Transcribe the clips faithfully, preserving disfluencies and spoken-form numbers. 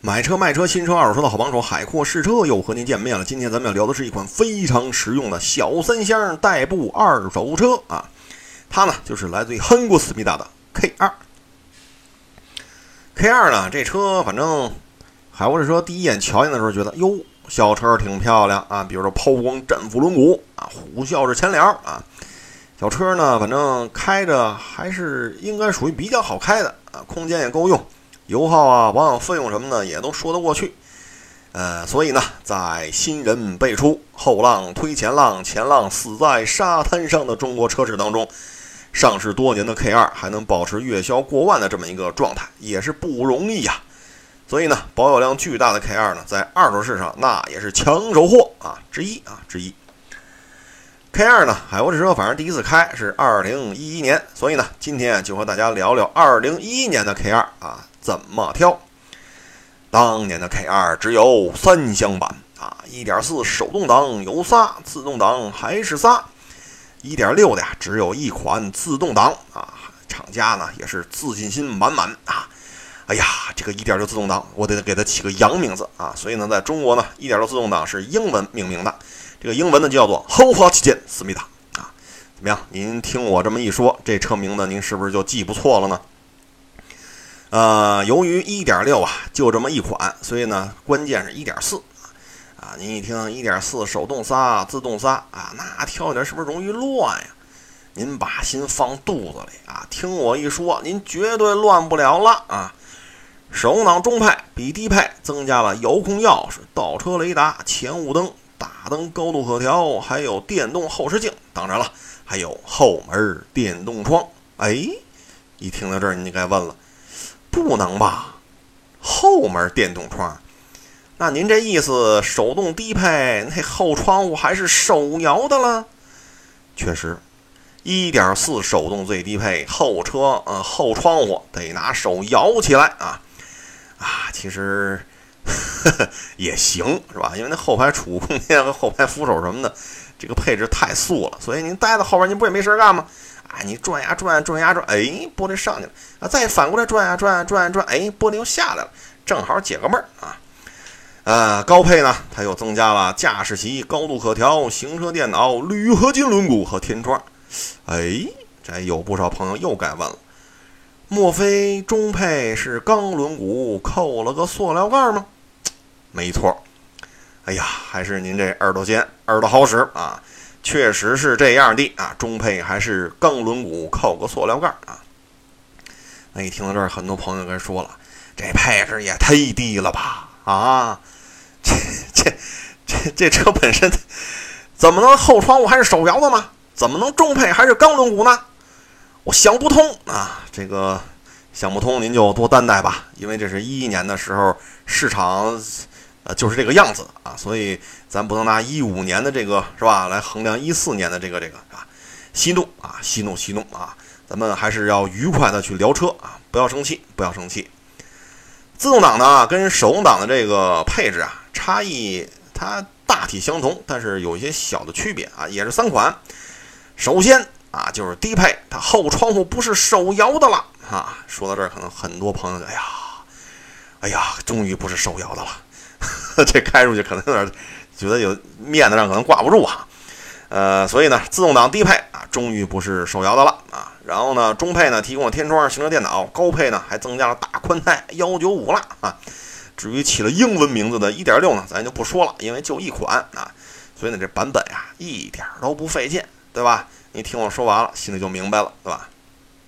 买车卖车新车二手车的好帮手海阔试车又和您见面了。今天咱们要聊的是一款非常实用的小三厢代步二手车啊，它呢就是来自于韩国思密达的 K 二。K 二 呢这车反正海阔试车第一眼瞧见的时候觉得哟，小车挺漂亮啊，比如说抛光振幅轮毂啊，虎啸式前梁啊，小车呢反正开着还是应该属于比较好开的啊，空间也够用。油耗啊、保养费用什么的也都说得过去，呃，所以呢，在新人辈出、后浪推前浪、前浪死在沙滩上的中国车市当中，上市多年的 K 二 还能保持月销过万的这么一个状态，也是不容易呀。所以呢，保有量巨大的 K 二 呢，在二手市场那也是抢手货啊之一啊之一。K 二 呢，海阔试车反正第一次开是二零一一年，所以呢，今天就和大家聊聊二零一一年的 K 二 啊。怎么挑？当年的 K 二 只有三厢版啊 ，一点四 手动挡有仨，自动挡还是仨 ，一点六 的呀只有一款自动挡啊，厂家呢也是自信心满满啊。哎呀，这个 一点六 自动挡我得给它起个洋名字啊，所以呢，在中国呢 一点六 自动挡是英文命名的，这个英文呢就叫做豪华旗舰思密达啊。怎么样？您听我这么一说，这车名字您是不是就记不错了呢？呃，由于 一点六 啊就这么一款，所以呢，关键是 一点四 啊。您一听 一点四 手动刹、自动刹啊，那挑起来是不是容易乱呀？您把心放肚子里啊，听我一说，您绝对乱不了了啊。手动挡中配比低配增加了遥控钥匙、倒车雷达、前雾灯、大灯高度可调，还有电动后视镜，当然了，还有后门电动窗。哎，一听到这儿，您该问了。不能吧？后门电动窗？那您这意思，手动低配那后窗户还是手摇的了？确实 ，一点四 手动最低配，后车呃后窗户得拿手摇起来啊啊！其实呵呵也行是吧？因为那后排储物空间和后排扶手什么的，这个配置太素了，所以您待在后边，您不也没事干吗？啊，你转呀转转呀转，哎，玻璃上去了啊，再反过来转呀转呀转呀转，哎，玻璃又下来了，正好解个闷儿啊。呃，高配呢，它又增加了驾驶席高度可调、行车电脑、铝合金轮毂和天窗。哎，这有不少朋友又该问了，莫非中配是钢轮毂扣了个塑料盖吗？没错。哎呀，还是您这耳朵尖，耳朵好使啊。确实是这样的啊，中配还是钢轮毂扣个塑料盖啊。那一听到这儿，很多朋友该说了，这配置也太低了吧啊！这这这这车本身怎么能后窗户还是手摇的呢？怎么能中配还是钢轮毂呢？我想不通啊！这个想不通，您就多担待吧，因为这是一一年的时候市场。呃，就是这个样子啊，所以咱不能拿一五年的这个是吧来衡量一四年的这个这个是吧？息怒啊，息怒息怒啊，咱们还是要愉快的去聊车啊，不要生气，不要生气。自动挡呢跟手动挡的这个配置啊差异它大体相同，但是有一些小的区别啊，也是三款。首先啊就是低配，它后窗户不是手摇的了啊。说到这儿，可能很多朋友就哎呀，哎呀，终于不是手摇的了。这开出去可能有点觉得有面子上可能挂不住啊，呃，所以呢，自动挡低配啊，终于不是手摇的了啊。然后呢，中配呢提供了天窗、行车电脑，高配呢还增加了大宽带一九五了啊。至于起了英文名字的 一点六 呢，咱就不说了，因为就一款啊，所以呢这版本啊一点都不费劲，对吧？你听我说完了，心里就明白了，对吧？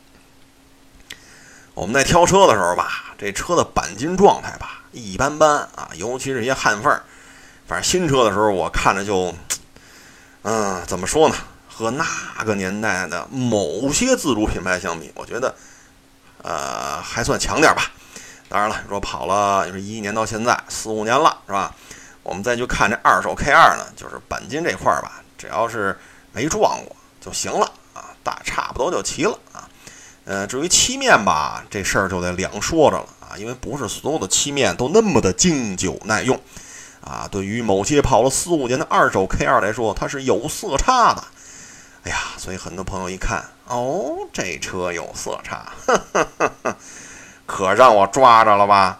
我们在挑车的时候吧，这车的钣金状态吧一般般啊，尤其是一些焊缝，反正新车的时候我看着就，嗯，怎么说呢？和那个年代的某些自主品牌相比，我觉得，呃，还算强点吧。当然了，说跑了就是一一年到现在四五年了，是吧？我们再去看这二手 K 二 呢，就是钣金这块吧，只要是没撞过就行了啊，大差不多就齐了啊。呃，至于漆面吧，这事儿就得两说着了啊，因为不是所有的漆面都那么的经久耐用啊。对于某些跑了四五年的二手 K 二 来说，它是有色差的。哎呀，所以很多朋友一看，哦，这车有色差，呵呵呵呵，可让我抓着了吧？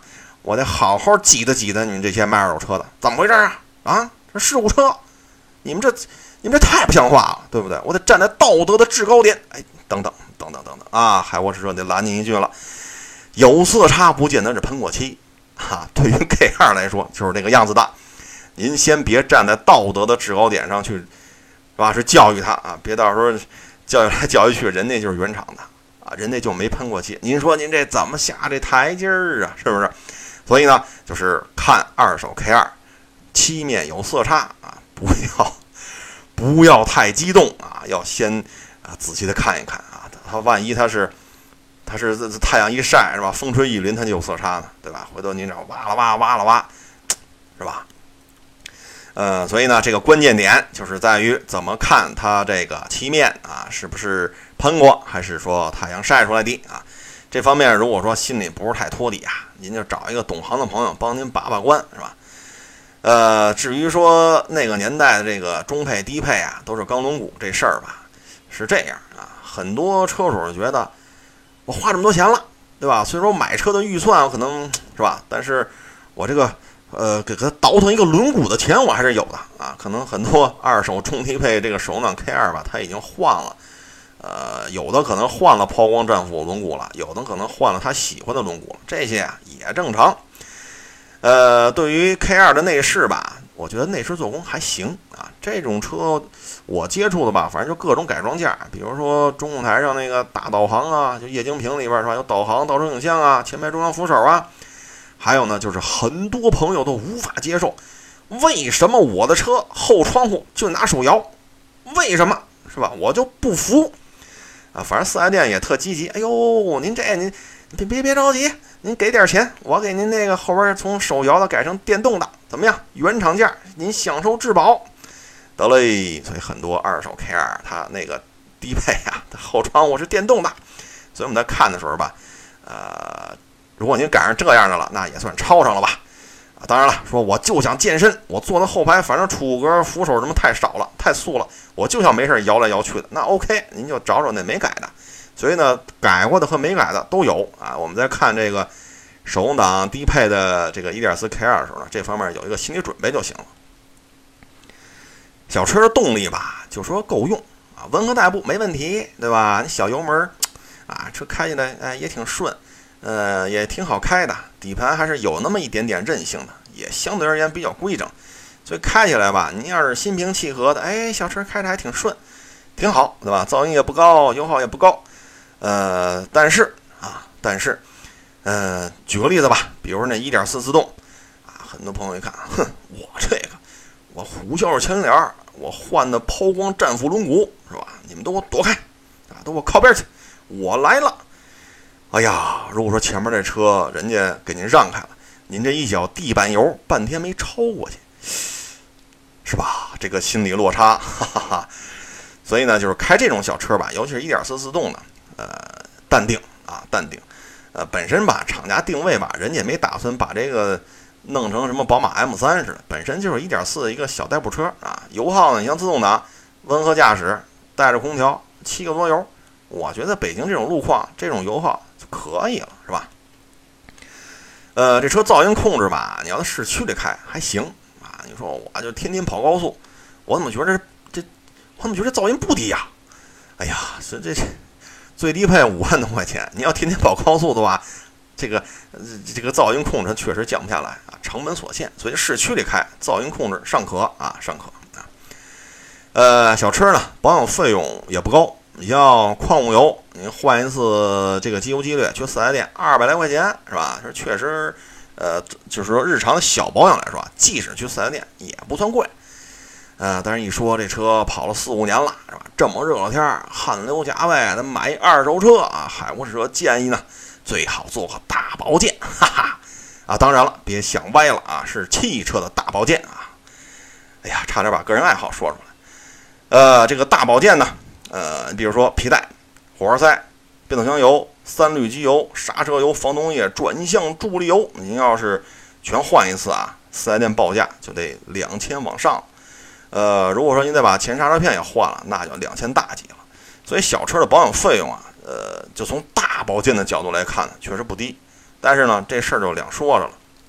我得好好挤得挤得你们这些卖二手车的，怎么回事啊？啊，这事故车，你们这你们这太不像话了，对不对？我得站在道德的制高点，哎，等等等等等等啊！海沃士说得拦您一句了，有色差不见得是喷过漆啊，对于 K 二 来说就是这个样子的。您先别站在道德的制高点上去，是吧？是教育他啊，别到时候教育来教育去，人家就是原厂的啊，人家就没喷过漆。您说您这怎么下这台阶儿啊？是不是？所以呢，就是看二手 K 二，漆面有色差啊，不要不要太激动啊，要先啊仔细的看一看啊，它万一它是它是太阳一晒是吧，风吹雨淋它就有色差呢，对吧？回头您这挖了挖挖了挖，是吧？呃，所以呢，这个关键点就是在于怎么看它这个漆面啊，是不是喷过，还是说太阳晒出来的啊？这方面如果说心里不是太托底啊，您就找一个懂行的朋友帮您把把关，是吧？呃，至于说那个年代的这个中配低配啊，都是钢轮毂这事儿吧，是这样啊，很多车主觉得我花这么多钱了，对吧？虽说买车的预算可能是吧，但是我这个。呃，给他倒腾一个轮毂的钱我还是有的啊，可能很多二手中低配这个手暖 K 二 吧，它已经换了，呃，有的可能换了抛光战斧轮毂了，有的可能换了他喜欢的轮毂了，这些啊也正常。呃，对于 K 二 的内饰吧，我觉得内饰做工还行啊，这种车我接触的吧，反正就各种改装件，比如说中控台上那个大导航啊，就液晶屏里边是吧，有导航、倒车影像啊，前排中央扶手啊。还有呢，就是很多朋友都无法接受，为什么我的车后窗户就拿手摇？为什么是吧？我就不服啊！反正四 S 店也特积极。哎呦，您这您别别别着急，您给点钱，我给您那个后边从手摇的改成电动的，怎么样？原厂价，您享受质保。得嘞，所以很多二手 K 二 它那个低配啊，它后窗户是电动的，所以我们在看的时候吧，呃。如果您赶上这样的了，那也算超上了吧？啊，当然了，说我就想健身，我坐在后排，反正出格扶手什么太少了，太素了，我就想没事摇来摇去的。那 OK， 您就找找那没改的。所以呢，改过的和没改的都有啊。我们在看这个手动挡低配的这个 一点四 K 二 的时候呢，这方面有一个心理准备就行了。小车的动力吧，就说够用啊，温和代步没问题，对吧？你小油门啊，车开起来哎也挺顺。呃，也挺好开的，底盘还是有那么一点点韧性的，也相对而言比较规整，所以开起来吧，您要是心平气和的，哎，小车开着还挺顺，挺好，对吧？噪音也不高，油耗也不高，呃，但是啊，但是，呃，举个例子吧，比如那 一点四 自动啊，很多朋友一看，哼，我这个我虎啸前脸，我换的抛光战斧轮毂是吧？你们都给我躲开啊，都给我靠边去，我来了。哎呀，如果说前面这车人家给您让开了，您这一脚地板油半天没超过去，是吧？这个心理落差，哈哈哈。所以呢，就是开这种小车吧，尤其是 一点四 自动的，呃，淡定啊，淡定。呃，本身吧，厂家定位吧，人家也没打算把这个弄成什么宝马 M 三 似的，本身就是 一点四 的一个小代步车啊。油耗呢，你像自动挡，温和驾驶，带着空调，七个多油，我觉得北京这种路况，这种油耗就可以了，是吧？呃，这车噪音控制吧，你要在市区里开还行啊。你说我就天天跑高速，我怎么觉得这这，我怎么觉得噪音不低呀？哎呀，这这最低配五万多块钱，你要天天跑高速的话，这个这个噪音控制确实降不下来啊，成本所限。所以市区里开噪音控制尚可啊，尚可啊。呃，小车呢，保养费用也不高。你像矿物油，你换一次这个机油机滤，去四 S 店二百来块钱，是吧？这确实，呃，就是说日常的小保养来说，即使去四 S 店也不算贵。呃，但是一说这车跑了四五年了，是吧？这么热了天儿，汗流浃背，咱买一二手车啊，海沃士车建议呢，最好做个大保健，哈哈。啊，当然了，别想歪了啊，是汽车的大保健啊。哎呀，差点把个人爱好说出来。呃，这个大保健呢？呃，比如说皮带、火花塞、变速箱油、三滤机油、刹车油、防冻液、转向助力油，您要是全换一次啊，四 S 店报价就得两千往上。呃，如果说您再把前刹车片也换了，那就两千大几了。所以小车的保养费用啊，呃，就从大保健的角度来看呢，确实不低。但是呢，这事儿就两说着了。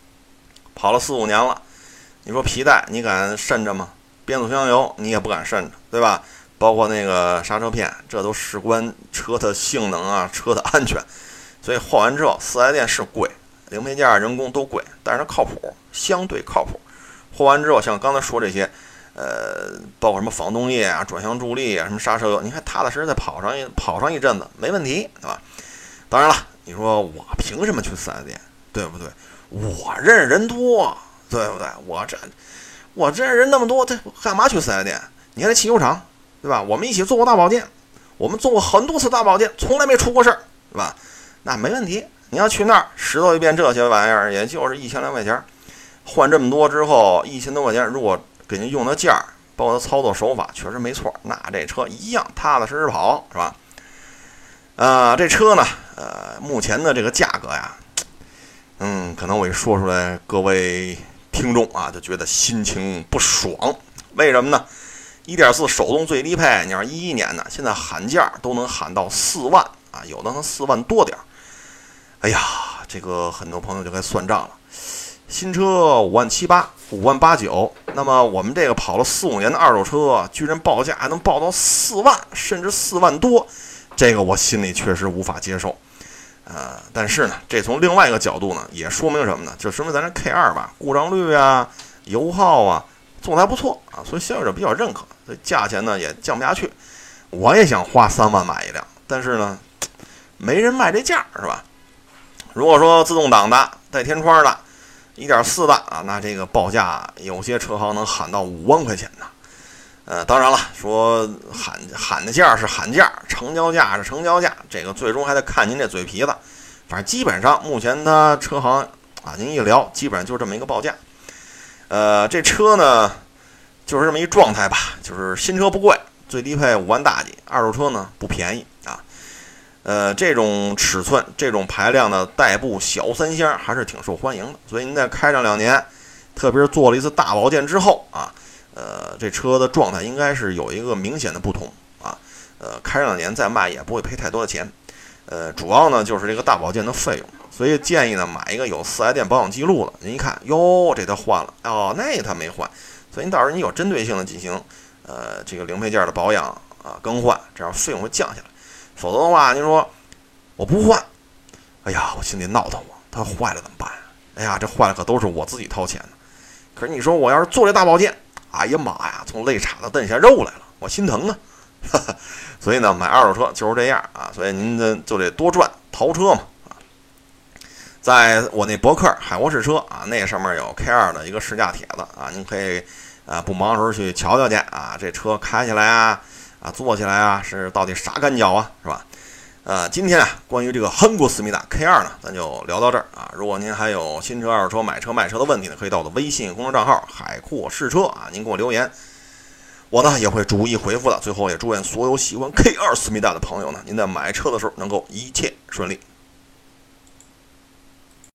跑了四五年了，你说皮带你敢渗着吗？变速箱油你也不敢渗着，对吧？包括那个刹车片，这都事关车的性能啊，车的安全。所以换完之后，四 S 店是贵，零配件、人工都贵，但是靠谱，相对靠谱。换完之后，像刚才说这些，呃，包括什么仿动液啊、转向助力啊、什么刹车油，你看踏踏实实再跑上一跑上一阵子，没问题，对吧？当然了，你说我凭什么去四 S 店，对不对？我认识人多，对不对？我这我认识人那么多，这干嘛去四 S 店？你看这汽修厂，对吧？我们一起做过大保健，我们做过很多次大保健，从来没出过事儿，对吧？那没问题。你要去那儿拾掇一遍这些玩意儿，也就是一千来块钱，换这么多之后，一千多块钱，如果给您用的件儿，包括它操作手法，确实没错，那这车一样踏踏实实跑，是吧？啊、呃，这车呢，呃，目前的这个价格呀，嗯，可能我一说出来，各位听众啊就觉得心情不爽。为什么呢？一点四 手动最低配，你要一一年的，现在喊价都能喊到四万啊，有的能四万多点儿。哎呀，这个很多朋友就该算账了。新车五万七八，五万八九，那么我们这个跑了四五年的二手车，居然报价还能报到四万，甚至四万多，这个我心里确实无法接受。呃，但是呢，这从另外一个角度呢，也说明什么呢？就说明咱这 K 二 吧，故障率啊、油耗啊，做的还不错啊，所以消费者比较认可，所以价钱呢也降不下去。我也想花三万买一辆，但是呢，没人卖这价，是吧？如果说自动挡的、带天窗的、一点四 的啊，那这个报价有些车行能喊到五万块钱呢。呃，当然了，说喊喊的价是喊价，成交价是成交价，这个最终还得看您这嘴皮子。反正基本上目前的车行啊，您一聊，基本上就是这么一个报价。呃，这车呢就是这么一状态吧，就是新车不贵，最低配五万大几，二手车呢不便宜啊。呃，这种尺寸、这种排量的代步小三厢还是挺受欢迎的，所以您在开上两年，特别是做了一次大保健之后啊，呃，这车的状态应该是有一个明显的不同啊。呃，开上两年再卖也不会赔太多的钱。呃，主要呢就是这个大保健的费用，所以建议呢买一个有四 S 店保养记录的。您一看，哟，这他换了哦，那他没换，所以你到时候你有针对性的进行呃这个零配件的保养啊更换，这样费用会降下来。否则的话，您说我不换，哎呀，我心里闹腾我，它坏了怎么办？哎呀，这坏了可都是我自己掏钱的。可是你说我要是做这大保健，哎呀妈呀，从肋叉子蹬下肉来了，我心疼啊！所以呢，买二手车就是这样啊，所以您呢就得多赚淘车嘛啊。在我那博客海沃士车啊，那上面有 K 二 的一个试驾帖子啊，您可以啊不忙的时候去瞧瞧去啊，这车开起来啊。啊，做起来啊，是到底啥感觉啊，是吧？呃，今天啊，关于这个韩国思密达 K 二 呢，咱就聊到这儿啊。如果您还有新车、二手车、买车、卖车的问题呢，可以到我的微信公众账号“海阔试车”啊，您给我留言，我呢也会逐一回复的。最后也祝愿所有喜欢 K 二 思密达的朋友呢，您在买车的时候能够一切顺利。